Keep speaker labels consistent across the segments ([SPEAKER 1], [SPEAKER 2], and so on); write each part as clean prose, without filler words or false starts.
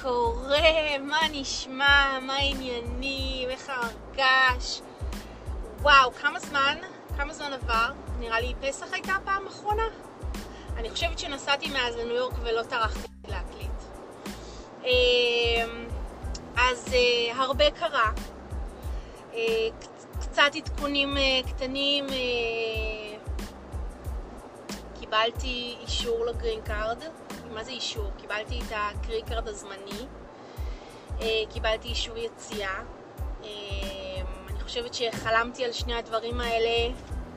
[SPEAKER 1] קורה? מה נשמע? מה העניינים? איך הרגש? וואו, כמה זמן עבר? נראה לי פסח הייתה הפעם האחרונה? אני חושבת שנסעתי מאז לניו יורק ולא טרחתי להקליט. אז הרבה קרה. קצת עדכונים קטנים. קיבלתי אישור לגרין קארד. מה זה אישור? קיבלתי את הגרין קארד הזמני. קיבלתי אישור יציאה. אני חושבת שחלמתי על שני הדברים האלה.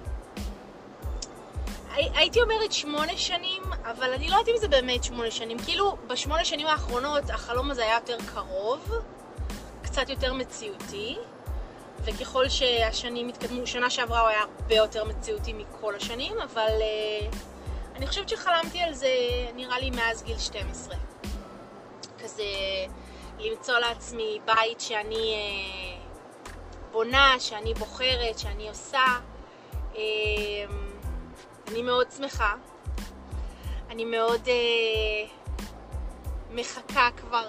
[SPEAKER 1] הייתי אומרת 8 שנים, אבל אני לא יודעת אם זה באמת 8 שנים. כאילו, ב8 שנים האחרונות החלום הזה היה יותר קרוב, קצת יותר מציאותי, וככל שהשנים התקדמו, שנה שעברה הוא היה הרבה יותר מציאותי מכל השנים, אבל אני חושבת שחלמתי על זה נראה לי מאז גיל 12. כזה למצוא לעצמי בית שאני בונה, שאני בוחרת, שאני עושה. אני מאוד שמחה. אני מאוד מחכה כבר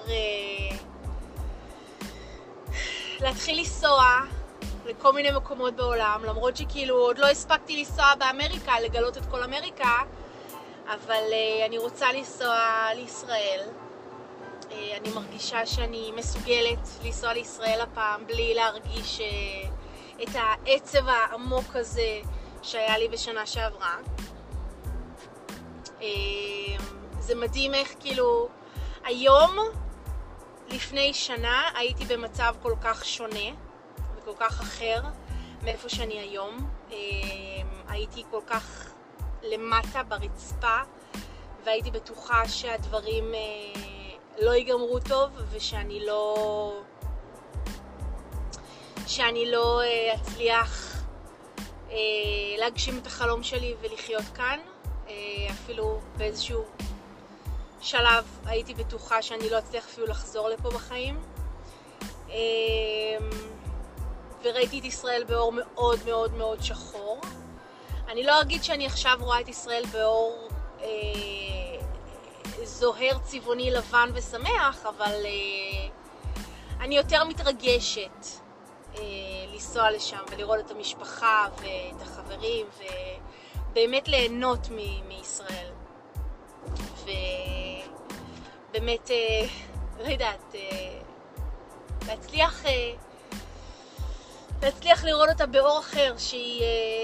[SPEAKER 1] להתחיל לנסוע לכל מיני מקומות בעולם, למרות שכאילו עוד לא הספקתי לנסוע באמריקה, לגלות את כל אמריקה, אבל אני רוצה לנסוע לישראל. אני מרגישה שאני מסוגלת לנסוע לישראל הפעם בלי להרגיש את העצב העמוק הזה שהיה לי בשנה שעברה. זה מדהים איך כאילו היום לפני שנה הייתי במצב כל כך שונה וכל כך אחר מאיפה שאני היום. הייתי כל כך למטה ברצפה והייתי בטוחה שהדברים לא ייגמרו טוב ושאני לא אצליח להגשים את החלום שלי ולחיות כאן. אפילו באיזשהו שלב הייתי בטוחה שאני לא אצליח אפילו לחזור לפה בחיים. וראיתי את ישראל באור מאוד מאוד מאוד שחור. אני לא אגיד שאני עכשיו רואה את ישראל באור זוהר צבעוני לבן ושמח, אבל אני יותר מתרגשת לנסוע לשם ולראות את המשפחה ואת החברים ובאמת ליהנות מישראל. ובאמת, לא יודעת, להצליח לראות אותה באור אחר, שהיא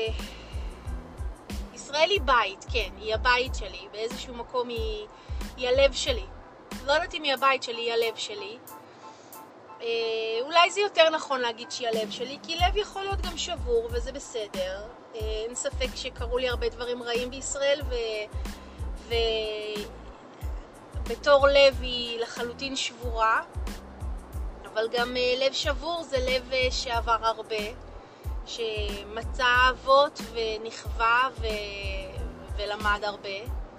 [SPEAKER 1] ישראל היא בית, כן, היא הבית שלי, באיזשהו מקום היא הלב שלי. לא יודעת אם היא הבית שלי, היא הלב שלי. אולי זה יותר נכון להגיד שהיא הלב שלי, כי לב יכול להיות גם שבור וזה בסדר. אין ספק שקרו לי הרבה דברים רעים בישראל ובתור לב היא לחלוטין שבורה, אבל גם לב שבור זה לב שעבר הרבה, שמצא אהבות ונכווה ולמד הרבה.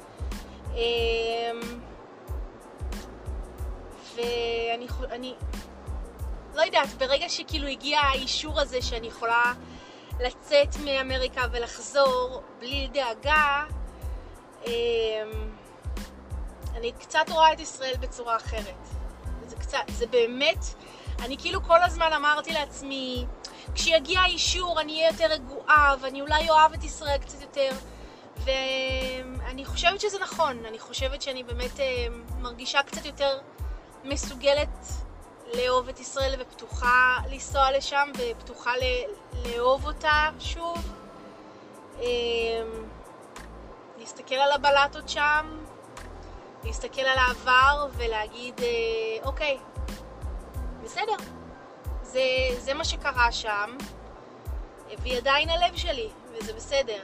[SPEAKER 1] ואני לא יודעת, ברגע שכאילו הגיע האישור הזה שאני יכולה לצאת מאמריקה ולחזור בלי דאגה, אני קצת רואה את ישראל בצורה אחרת. זה באמת, אני כאילו כל הזמן אמרתי לעצמי, כשיגיע האישור אני אהיה יותר רגועה ואני אולי אוהב את ישראל קצת יותר, ואני חושבת שזה נכון. אני חושבת שאני באמת מרגישה קצת יותר מסוגלת לאהוב את ישראל ופתוחה לנסוע לשם ופתוחה לאהוב אותה שוב. להסתכל על הבלטות שם, להסתכל על העבר ולהגיד אוקיי, בסדר, זה מה שקרה שם והיא עדיין הלב שלי וזה בסדר.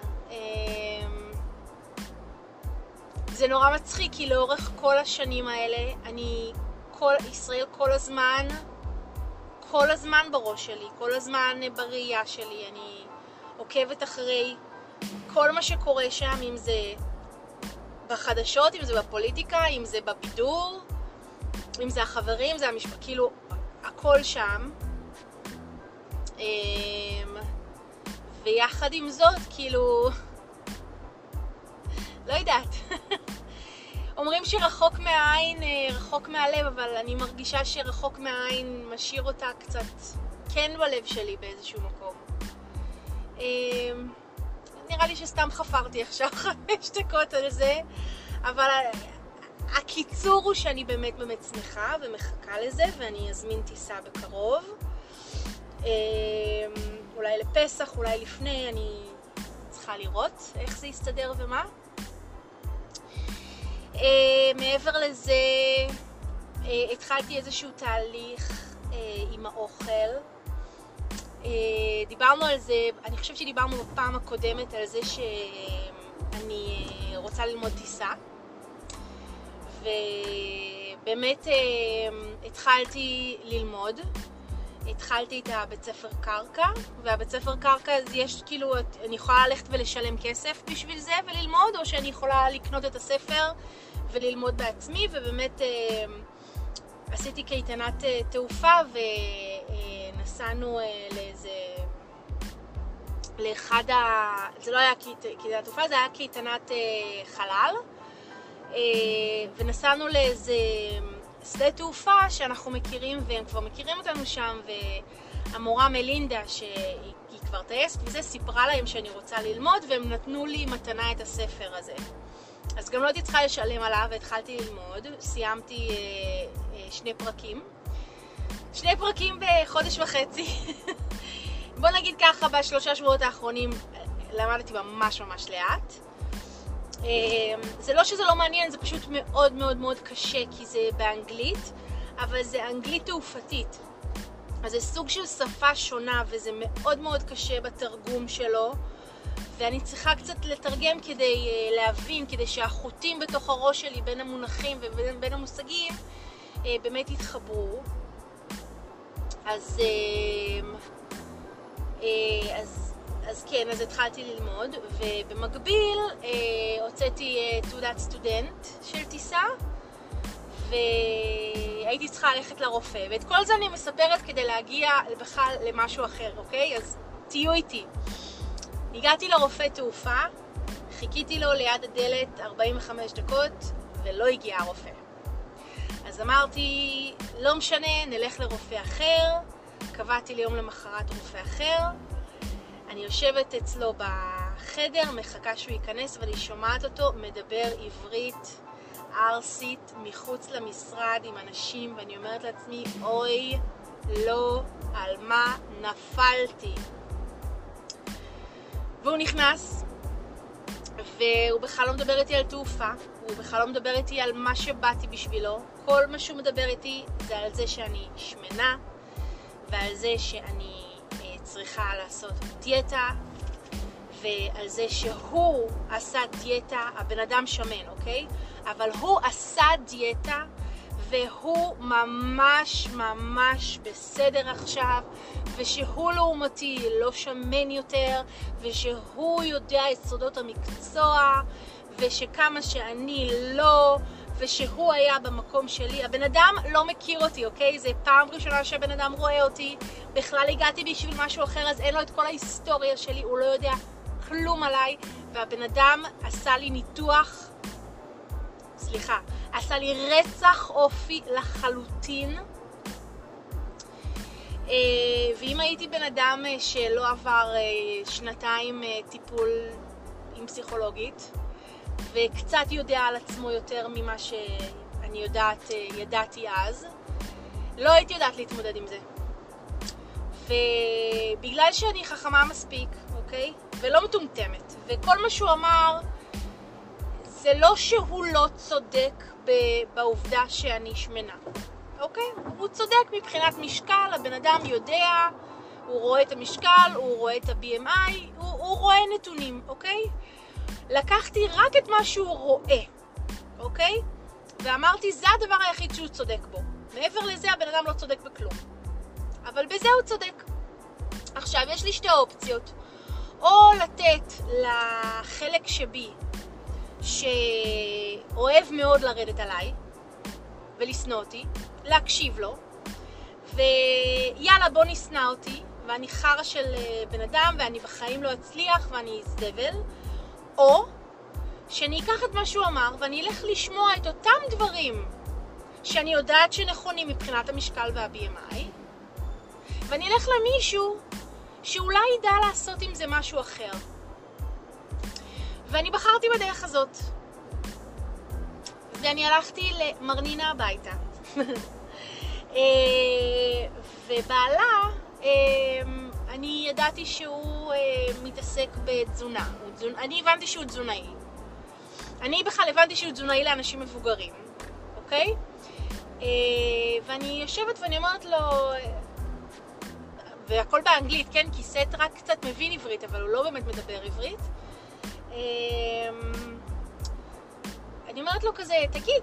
[SPEAKER 1] זה נורא מצחיק כי לאורך כל השנים האלה ישראל כל הזמן בראש שלי, כל הזמן בראייה שלי. אני עוקבת אחרי כל מה שקורה שם, אם זה בחדשות, אם זה בפוליטיקה, אם זה בבידור, אם זה החברים, זה כאילו הכל שם. ויחד עם זאת, כאילו לא יודעת. אומרים שרחוק מהעין, רחוק מהלב, אבל אני מרגישה שרחוק מהעין משאיר אותה קצת כן בלב שלי באיזשהו מקום. נראה לי שסתם חפרתי עכשיו 5 דקות על זה, אבל הקיצור הוא שאני באמת שמחה ומחכה לזה, ואני אזמין טיסה בקרוב. אולי לפסח, אולי לפני, אני צריכה לראות איך זה יסתדר ומה. מעבר לזה, התחלתי איזשהו תהליך עם האוכל. דיברנו על זה, אני חושבת שדיברנו בפעם הקודמת על זה שאני רוצה ללמוד טיסה. ובאמת התחלתי ללמוד. התחלתי את הבית ספר קרקע, והבית ספר קרקע יש כאילו, אני יכולה ללכת ולשלם כסף בשביל זה וללמוד, או שאני יכולה לקנות את הספר וללמוד בעצמי, ובאמת עשיתי קייטנת תעופה ונסענו זה לא היה קייטנת תעופה, זה היה קייטנת חלל, ונסענו לאיזה שדה תעופה שאנחנו מכירים, והם כבר מכירים אותנו שם, והמורה מלינדה שהיא כבר טייסת וזה, סיפרה להם שאני רוצה ללמוד, והם נתנו לי מתנה את הספר הזה. אז גם לא הייתי צריכה לשלם עליו, והתחלתי ללמוד. סיימתי 2 פרקים. 2 פרקים בחודש וחצי. בוא נגיד ככה, ב3 שבועות האחרונים למדתי ממש לאט. זה לא שזה לא מעניין, זה פשוט מאוד מאוד מאוד קשה, כי זה באנגלית, אבל זה אנגלית תעופתית. אז זה סוג של שפה שונה, וזה מאוד מאוד קשה בתרגום שלו, ואני צריכה קצת לתרגם כדי להבין, כדי שהחוטים בתוך הראש שלי בין המונחים ובין המושגים באמת יתחברו. אז כן, אז התחלתי ללמוד, ובמקביל הוצאתי תעודת סטודנט של טיסה, והייתי צריכה ללכת לרופא, ואת כל זה אני מספרת כדי להגיע בכלל למשהו אחר, אוקיי? אז תהיו איתי. הגעתי לרופא תעופה, חיכיתי לו ליד הדלת 45 דקות, ולא הגיע הרופא. אז אמרתי, לא משנה, נלך לרופא אחר. קבעתי ליום למחרת רופא אחר. אני יושבת אצלו בחדר, מחכה שהוא ייכנס, ואני שומעת אותו מדבר עברית ארסית מחוץ למשרד עם אנשים, ואני אומרת לעצמי, אוי, לא, על מה נפלתי. והוא נכנס, והוא בכלל לא מדבר איתי על תעופה, הוא בכלל לא מדבר איתי על מה שבאתי בשבילו. כל מה שהוא מדבר איתי זה על זה שאני שמנה, ועל זה שאני צריכה לעשות דיאטה, ועל זה שהוא עשה דיאטה. הבן אדם שמן, אוקיי? אבל הוא עשה דיאטה, והוא ממש בסדר עכשיו, ושהוא לעומתי לא שמן יותר, ושהוא יודע את סודות המקצוע, ושכמה שאני לא, ושהוא היה במקום שלי. הבן אדם לא מכיר אותי, אוקיי? זה פעם ראשונה שהבן אדם רואה אותי. בכלל הגעתי בשביל משהו אחר, אז אין לו את כל ההיסטוריה שלי, הוא לא יודע כלום עליי, והבן אדם עשה לי ניתוח, עשה לי רצח אופי לחלוטין. ואם הייתי בן אדם שלא עבר 2 טיפול עם פסיכולוגית, וקצת יודע על עצמו יותר ממה שאני ידעתי אז, לא הייתי יודעת להתמודד עם זה. ובגלל שאני חכמה מספיק, אוקיי? ולא מטומטמת, וכל מה שהוא אמר, זה לא שהוא לא צודק בעובדה שאני שמנה, אוקיי? הוא צודק מבחינת משקל, הבן אדם יודע, הוא רואה את המשקל, הוא רואה את ה-BMI, הוא רואה נתונים, אוקיי? לקחתי רק את מה שהוא רואה, אוקיי? ואמרתי, זה הדבר היחיד שהוא צודק בו. מעבר לזה, הבן אדם לא צודק בכלום. אבל בזה הוא צודק. עכשיו, יש לי 2 אופציות. או לתת לחלק שבי, שאוהב מאוד לרדת עליי ולסנוע אותי, להקשיב לו, ויאללה בוא נסנע אותי, ואני חרה של בן אדם, ואני בחיים לא אצליח, ואני זבל. או שאני אקח את מה שהוא אמר ואני אלך לשמוע את אותם דברים שאני יודעת שנכונים מבחינת המשקל וה-BMI, ואני אלך למישהו שאולי ידע לעשות עם זה משהו אחר. ואני בחרתי בדרך הזאת. ואני הלכתי למרנינה הביתה. ובעלה, אני ידעתי שהוא מתעסק בתזונה. אני הבנתי שהוא תזונאי. אני בכלל הבנתי שהוא תזונאי לאנשים מבוגרים, אוקיי? ואני יושבת ואני אומרת לו, והכל באנגלית, כן? כי סט רק קצת מבין עברית, אבל הוא לא באמת מדבר עברית. אני אומרת לו כזה, תגיד,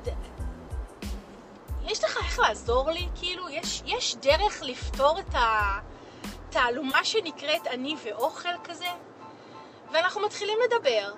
[SPEAKER 1] יש לך איך לעזור לי? כאילו, יש דרך לפתור את התעלומה שנקראת אני ואוכל כזה? ואנחנו מתחילים לדבר,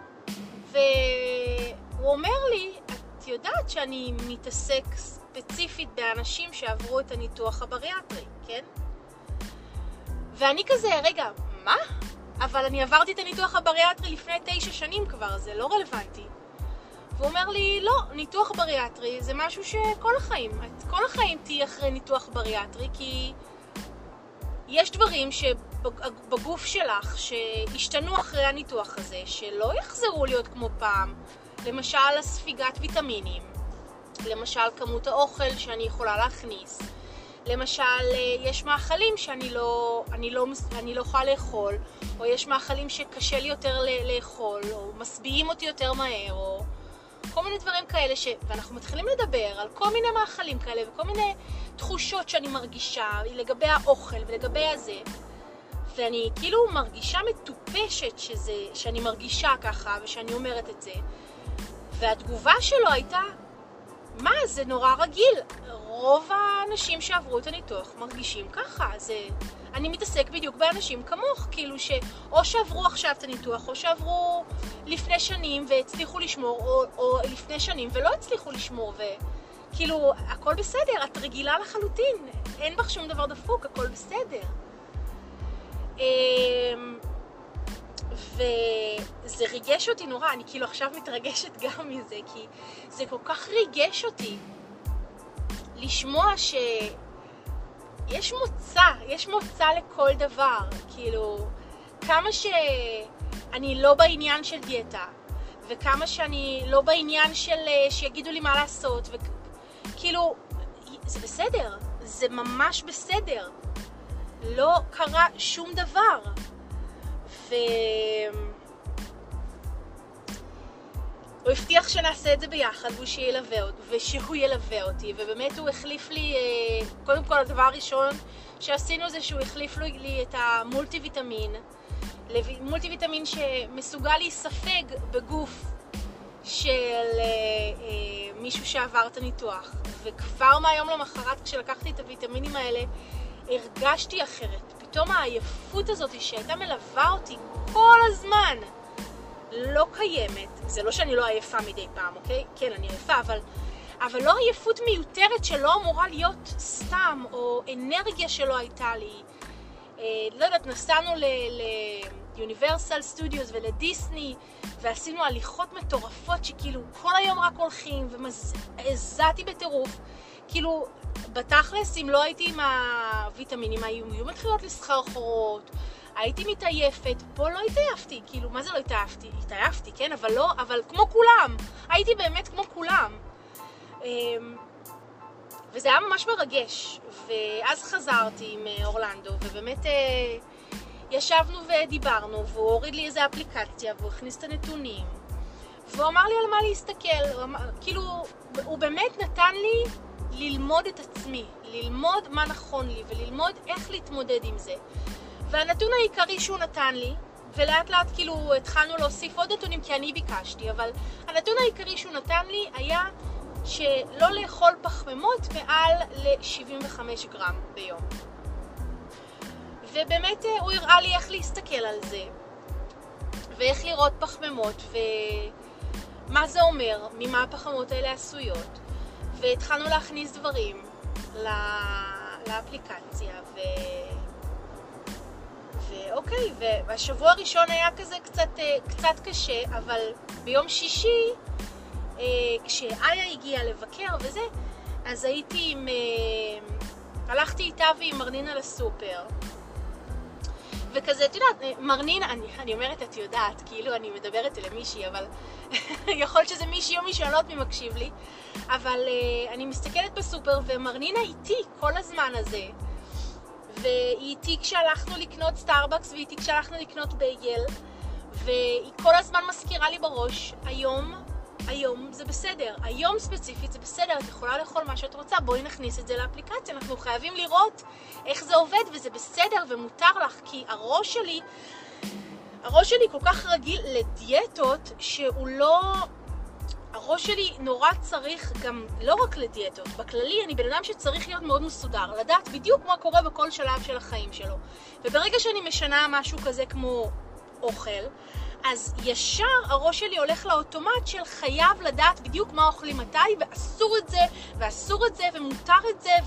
[SPEAKER 1] והוא אומר לי, את יודעת שאני מתעסק ספציפית באנשים שעברו את הניתוח הבריאטרי, כן? ואני כזה, רגע, מה? אבל אני עברתי את הניתוח הבריאטרי לפני 9 שנים כבר, זה לא רלוונטי. והוא אומר לי, לא, ניתוח בריאטרי זה משהו שכל החיים, את כל החיים תהיה אחרי ניתוח בריאטרי, כי יש דברים שבגוף שלך שהשתנו אחרי הניתוח הזה, שלא יחזרו להיות כמו פעם. למשל, הספיגת ויטמינים, למשל, כמות האוכל שאני יכולה להכניס, למשל, יש מאכלים שאני לא יכולה לאכול, או יש מאכלים שקשה לי יותר לאכול, או משביעים אותי יותר מהר, או כל מיני דברים כאלה ואנחנו מתחילים לדבר על כל מיני מאכלים כאלה, וכל מיני תחושות שאני מרגישה לגבי האוכל ולגבי הזה, ואני כאילו מרגישה מטופשת שאני מרגישה ככה, ושאני אומרת את זה, והתגובה שלו הייתה, מה, זה נורא רגיל. רוב האנשים שעברו את הניתוח מרגישים ככה. אני מתעסק בדיוק באנשים כמוך, כאילו או שעברו עכשיו את הניתוח, או שעברו לפני שנים והצליחו לשמור, או לפני שנים ולא הצליחו לשמור, וכאילו, הכל בסדר, את רגילה לחלוטין, אין בך שום דבר דפוק, הכל בסדר. וזה ריגש אותי נורא, אני כאילו עכשיו מתרגשת גם מזה, כי זה כל כך ריגש אותי לשמוע שיש מוצא לכל דבר, כאילו כמה שאני לא בעניין של דיאטה, וכמה שאני לא בעניין של שיגידו לי מה לעשות, וכאילו זה בסדר, זה ממש בסדר, לא קרה שום דבר. הוא הבטיח שנעשה את זה ביחד ושהוא ילווה אותי, ובאמת הוא החליף לי, קודם כל הדבר הראשון שעשינו זה שהוא החליף לי את המולטי ויטמין, מולטי ויטמין שמסוגל להיספג בגוף של מישהו שעבר את הניתוח, וכבר מהיום למחרת כשלקחתי את הוויטמינים האלה הרגשתי אחרת. פתאום העייפות הזאת שהייתה מלווה אותי כל הזמן לא קיימת. זה לא שאני לא עייפה מדי פעם, אוקיי? כן, אני עייפה, אבל לא עייפות מיותרת שלא אמורה להיות סתם, או אנרגיה שלא הייתה לי. לא יודעת, נסענו ליוניברסל סטודיוס ולדיסני, ועשינו הליכות מטורפות שכאילו כל היום רק הולכים, והזעתי בטירוף. כאילו, בתכלס, אם לא הייתי עם הוויטמינים, היו מתחילות לסחרחורות, הייתי מתעייפת, פה לא התעייפתי, כאילו, מה זה לא התעייפתי? התעייפתי, כן, אבל כמו כולם, הייתי באמת כמו כולם. וזה היה ממש מרגש, ואז חזרתי עם אורלנדו, ובאמת ישבנו ודיברנו, והוא הוריד לי איזו אפליקציה, והוא הכניס את הנתונים, והוא אמר לי על מה להסתכל, כאילו, הוא באמת נתן לי ללמוד את עצמי, ללמוד מה נכון לי, וללמוד איך להתמודד עם זה. והנתון העיקרי שהוא נתן לי, ולאט לאט כאילו התחלנו להוסיף עוד נתונים כי אני ביקשתי, אבל הנתון העיקרי שהוא נתן לי היה שלא לאכול פחמימות מעל ל-75 גרם ביום. ובאמת הוא הראה לי איך להסתכל על זה, ואיך לראות פחמימות, ומה זה אומר, ממה הפחמימות האלה עשויות. והתחלנו להכניס דברים לאפליקציה, ואוקיי, והשבוע הראשון היה כזה קצת קשה, אבל ביום שישי, כשאיה הגיעה לבקר וזה, אז הלכתי איתה ועם מרנינה לסופר. וכזה, את יודעת, מרנינה, אני אומרת, את יודעת, כאילו אני מדברת אל מישהי, אבל יכול להיות שזה מישהי או מישהו, אני לא יודעת מי מקשיב לי, אבל אני מסתכלת בסופר, ומרנינה איתי כל הזמן הזה, והיא איתי כשהלכנו לקנות סטארבקס, והיא איתי כשהלכנו לקנות בייגל, והיא כל הזמן מזכירה לי בראש, היום זה בסדר, היום ספציפית זה בסדר, את יכולה לאכול מה שאת רוצה, בואי נכניס את זה לאפליקציה, אנחנו חייבים לראות איך זה עובד וזה בסדר ומותר לך, כי הראש שלי כל כך רגיל לדיאטות הראש שלי נורא צריך גם לא רק לדיאטות, בכללי אני בן אדם שצריך להיות מאוד מסודר, לדעת בדיוק מה קורה בכל שלב של החיים שלו, וברגע שאני משנה משהו כזה כמו אוכל, אז ישר הראש שלי הולך לאוטומט של חייב לדעת בדיוק מה אוכלים מתי, ואסור את זה, ואסור את זה, ומותר את זה,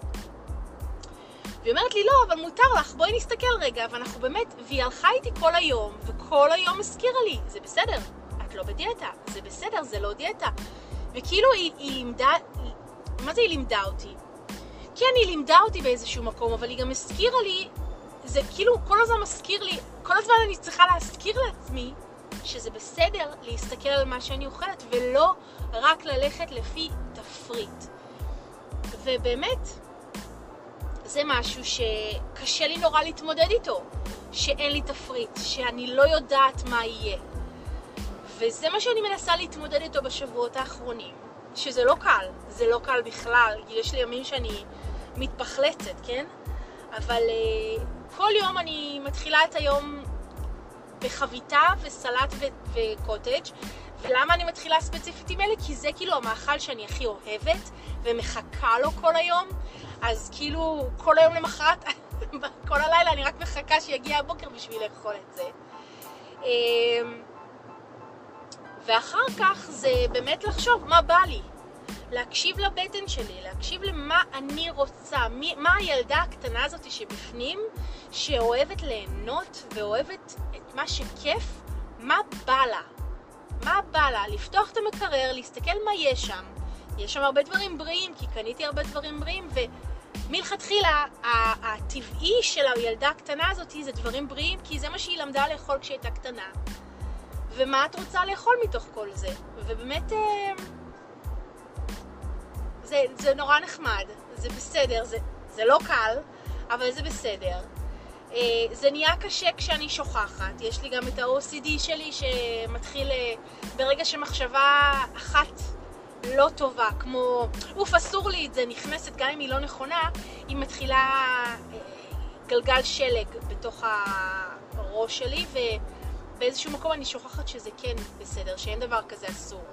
[SPEAKER 1] והיא אומרת לי, לא, אבל מותר לך, בואי נסתכל רגע, ואנחנו באמת, והיא הלכה איתי כל היום, וכל היום הזכירה לי, זה בסדר, את לא בדיאטה, זה בסדר, זה לא דיאטה. וכאילו היא לימדה, מה זה היא לימדה אותי? כן, היא לימדה אותי באיזשהו מקום, אבל היא גם הזכירה לי, זה כאילו כל הזמן מזכיר לי, כל הזמן אני צריכה להזכיר לעצמי שזה בסדר להסתכל על מה שאני אוכלת ולא רק ללכת לפי תפריט. ובאמת זה משהו שקשה לי נורא להתמודד איתו, שאין לי תפריט, שאני לא יודעת מה יהיה. וזה מה שאני מנסה להתמודד איתו בשבועות האחרונים, שזה לא קל, זה לא קל בכלל, יש לי ימים שאני מתפחלצת, כן? אבל כל יום אני מתחילה את היום בחביתה וסלט וקוטג'. ולמה אני מתחילה ספציפית עם אלה? כי זה כאילו המאכל שאני הכי אוהבת ומחכה לו כל היום. אז כאילו כל היום למחרת, כל הלילה אני רק מחכה שיגיע הבוקר בשביל לאכול את זה. ואחר כך זה באמת לחשוב מה בא לי. להקשיב לבטן שלי, להקשיב למה אני רוצה, מה הילדה הקטנה הזאת שבפנים, שאוהבת ליהנות ואוהבת את מה שכיף, מה בא לה? מה בא לה? לפתוח את המקרר, להסתכל מה יש שם. יש שם הרבה דברים בריאים, כי קניתי הרבה דברים בריאים, ומלכתחילה הטבעי של הילדה הקטנה הזאת זה דברים בריאים, כי זה מה שהיא למדה לאכול כשהיא הייתה קטנה. ומה את רוצה לאכול מתוך כל זה? ובאמת זה נורא נחמד, זה בסדר, זה לא קל, אבל זה בסדר. זה נהיה קשה כשאני שוכחת. יש לי גם את ה-OCD שלי שמתחיל ברגע שמחשבה אחת לא טובה, כמו אסור לי את זה, נכנסת גם אם היא לא נכונה, היא מתחילה גלגל שלג בתוך הראש שלי, ובאיזשהו מקום אני שוכחת שזה כן בסדר, שאין דבר כזה אסור.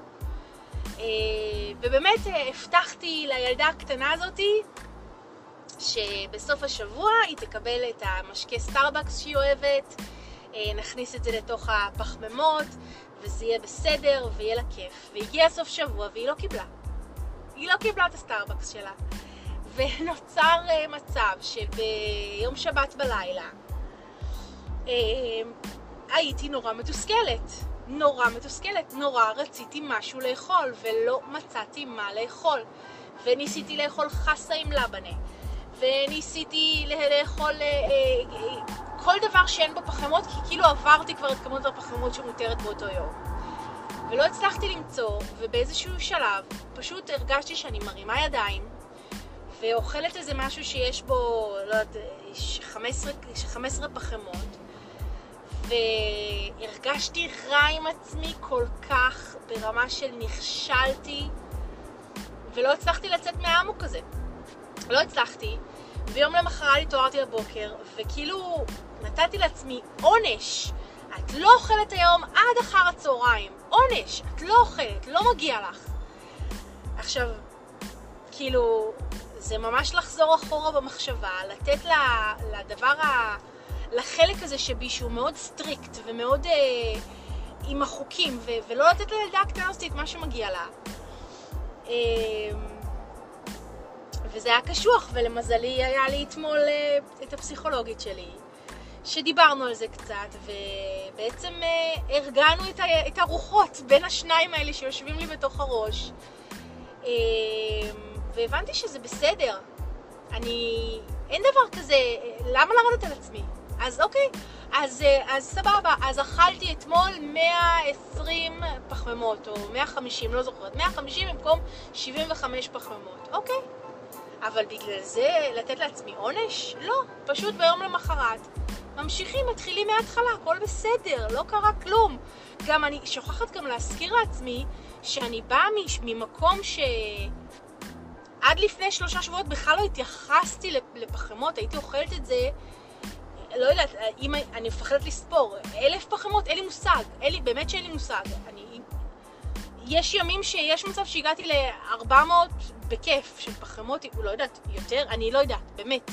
[SPEAKER 1] ובאמת הבטחתי לילדה הקטנה הזאתי שבסוף השבוע היא תקבל את המשקה סטארבקס שהיא אוהבת, נכניס את זה לתוך הפחמימות וזה יהיה בסדר ויהיה לה כיף. והגיע סוף שבוע והיא לא קיבלה. היא לא קיבלה את הסטארבקס שלה. ונוצר מצב שביום שבת בלילה הייתי נורא מתוסכלת. נורא רציתי משהו לאכול ולא מצאתי מה לאכול. וניסיתי לאכול חסה עם לבנה. וניסיתי לאכול כל דבר שאין בו פחמות, כי כאילו עברתי כבר את כמות הפחמות שמותרת באותו יום. ולא הצלחתי למצוא, ובאיזשהו שלב פשוט הרגשתי שאני מרימה ידיים, ואוכלת איזה משהו שיש בו, לא יודעת, 15 פחמות, והרגשתי רע עם עצמי כל כך, ברמה של נכשלתי, ולא הצלחתי לצאת מהעמוק הזה. לא הצלחתי, ויום למחרת התעוררתי בבוקר, וכאילו נתתי לעצמי עונש. את לא אוכלת היום עד אחר הצהריים. עונש, את לא אוכלת, לא מגיע לך. עכשיו, כאילו, זה ממש לחזור אחורה במחשבה, לתת לדבר, לחלק הזה שבי שהוא מאוד סטריקט ומאוד עם החוקים, ולא לתת לילדה הקטנה הזאת את מה שמגיע לה. וזה היה קשוח, ולמזלי היה לי אתמול את הפסיכולוגית שלי, שדיברנו על זה קצת, ובעצם הרגענו את הרוחות בין השניים האלה שיושבים לי בתוך הראש. והבנתי שזה בסדר. אין דבר כזה, למה לרדת על עצמי? אז אוקיי, אז סבבה, אז אכלתי אתמול 120 פחמימות, או 150, לא זוכרת, 150 במקום 75 פחמימות, אוקיי. אבל בגלל זה לתת לעצמי עונש? לא, פשוט ביום למחרת. ממשיכים, מתחילים מההתחלה, הכל בסדר, לא קרה כלום. גם אני שוכחת גם להזכיר לעצמי שאני באה ממקום עד לפני 3 שבועות בכלל לא התייחסתי לפחמות, הייתי אוכלת את זה, לא יודעת, אני מפחדת לספור, 1,000 פחמות, אין לי מושג, באמת שאין לי מושג. יש ימים שיש מצב שהגעתי ל-400 בכיף של פחמות, לא יודעת, יותר, אני לא יודעת, באמת.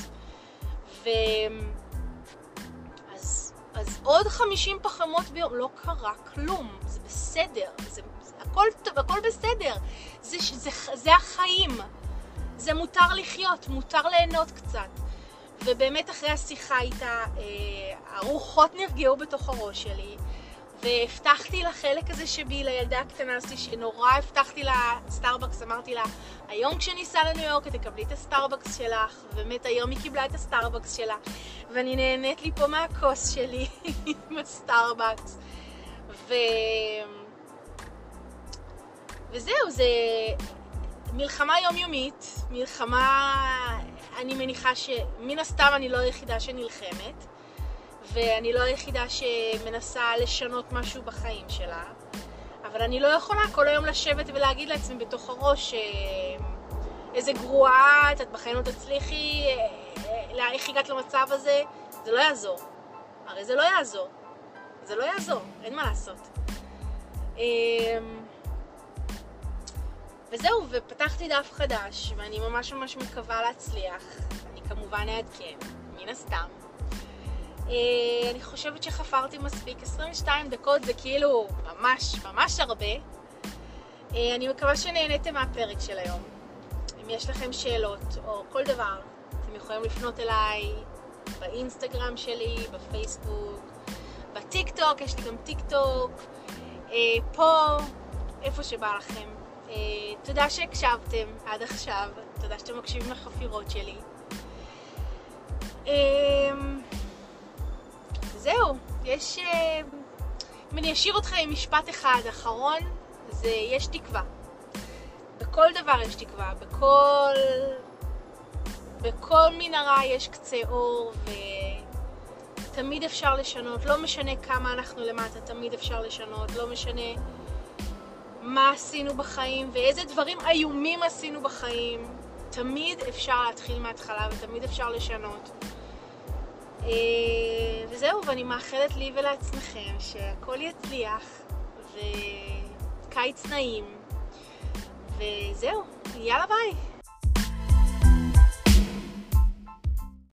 [SPEAKER 1] אז עוד 50 פחמות ביום, לא קרה כלום, זה בסדר, הכל בסדר, זה החיים. זה מותר לחיות, מותר ליהנות קצת. ובאמת אחרי השיחה איתה, הרוחות נרגעו בתוך הראש שלי, והבטחתי לחלק הזה שבי, לילדה הקטנה שלי, שנורא הבטחתי לה סטארבקס, אמרתי לה, היום כשניסע לניו יורק תקבלי את הסטארבקס שלך, ובאמת היום היא קיבלה את הסטארבקס שלה, ואני נהנית לי פה מהכוס שלי עם הסטארבקס. וזהו, זה מלחמה יומיומית, מלחמה, אני מניחה שמן הסתם אני לא היחידה שנלחמת, ואני לא היחידה שמנסה לשנות משהו בחיים שלה, אבל אני לא יכולה כל היום לשבת ולהגיד לעצמי בתוך הראש איזה גרועה, את בחיים לא תצליחי, איך הגעת למצב הזה, זה לא יעזור. הרי זה לא יעזור. זה לא יעזור, אין מה לעשות. וזהו, ופתחתי דף חדש, ואני ממש מקווה להצליח. אני כמובן אעדכן, מן הסתם. אני חושבת שחפרתי מספיק, 22 דקות זה כאילו ממש הרבה. אני מקווה שנהניתם מהפרק של היום. אם יש לכם שאלות או כל דבר, אתם יכולים לפנות אליי באינסטגרם שלי, בפייסבוק, בטיק טוק, יש לי גם טיק טוק, פה, איפה שבא לכם. תודה שהקשבתם עד עכשיו, תודה שאתם מקשיבים לחפירות שלי. זהו, אם אני אשאיר אותך עם משפט אחד אחרון, זה יש תקווה. בכל דבר יש תקווה, בכל מנהרה יש קצה אור, ותמיד אפשר לשנות, לא משנה כמה אנחנו למטה, תמיד אפשר לשנות, לא משנה מה עשינו בחיים ואיזה דברים איומים עשינו בחיים, תמיד אפשר להתחיל מההתחלה ותמיד אפשר לשנות. וזהו, ואני מאחלת לי ולעצמכם שהכל יצליח וקיץ נעים, וזהו, יאללה ביי.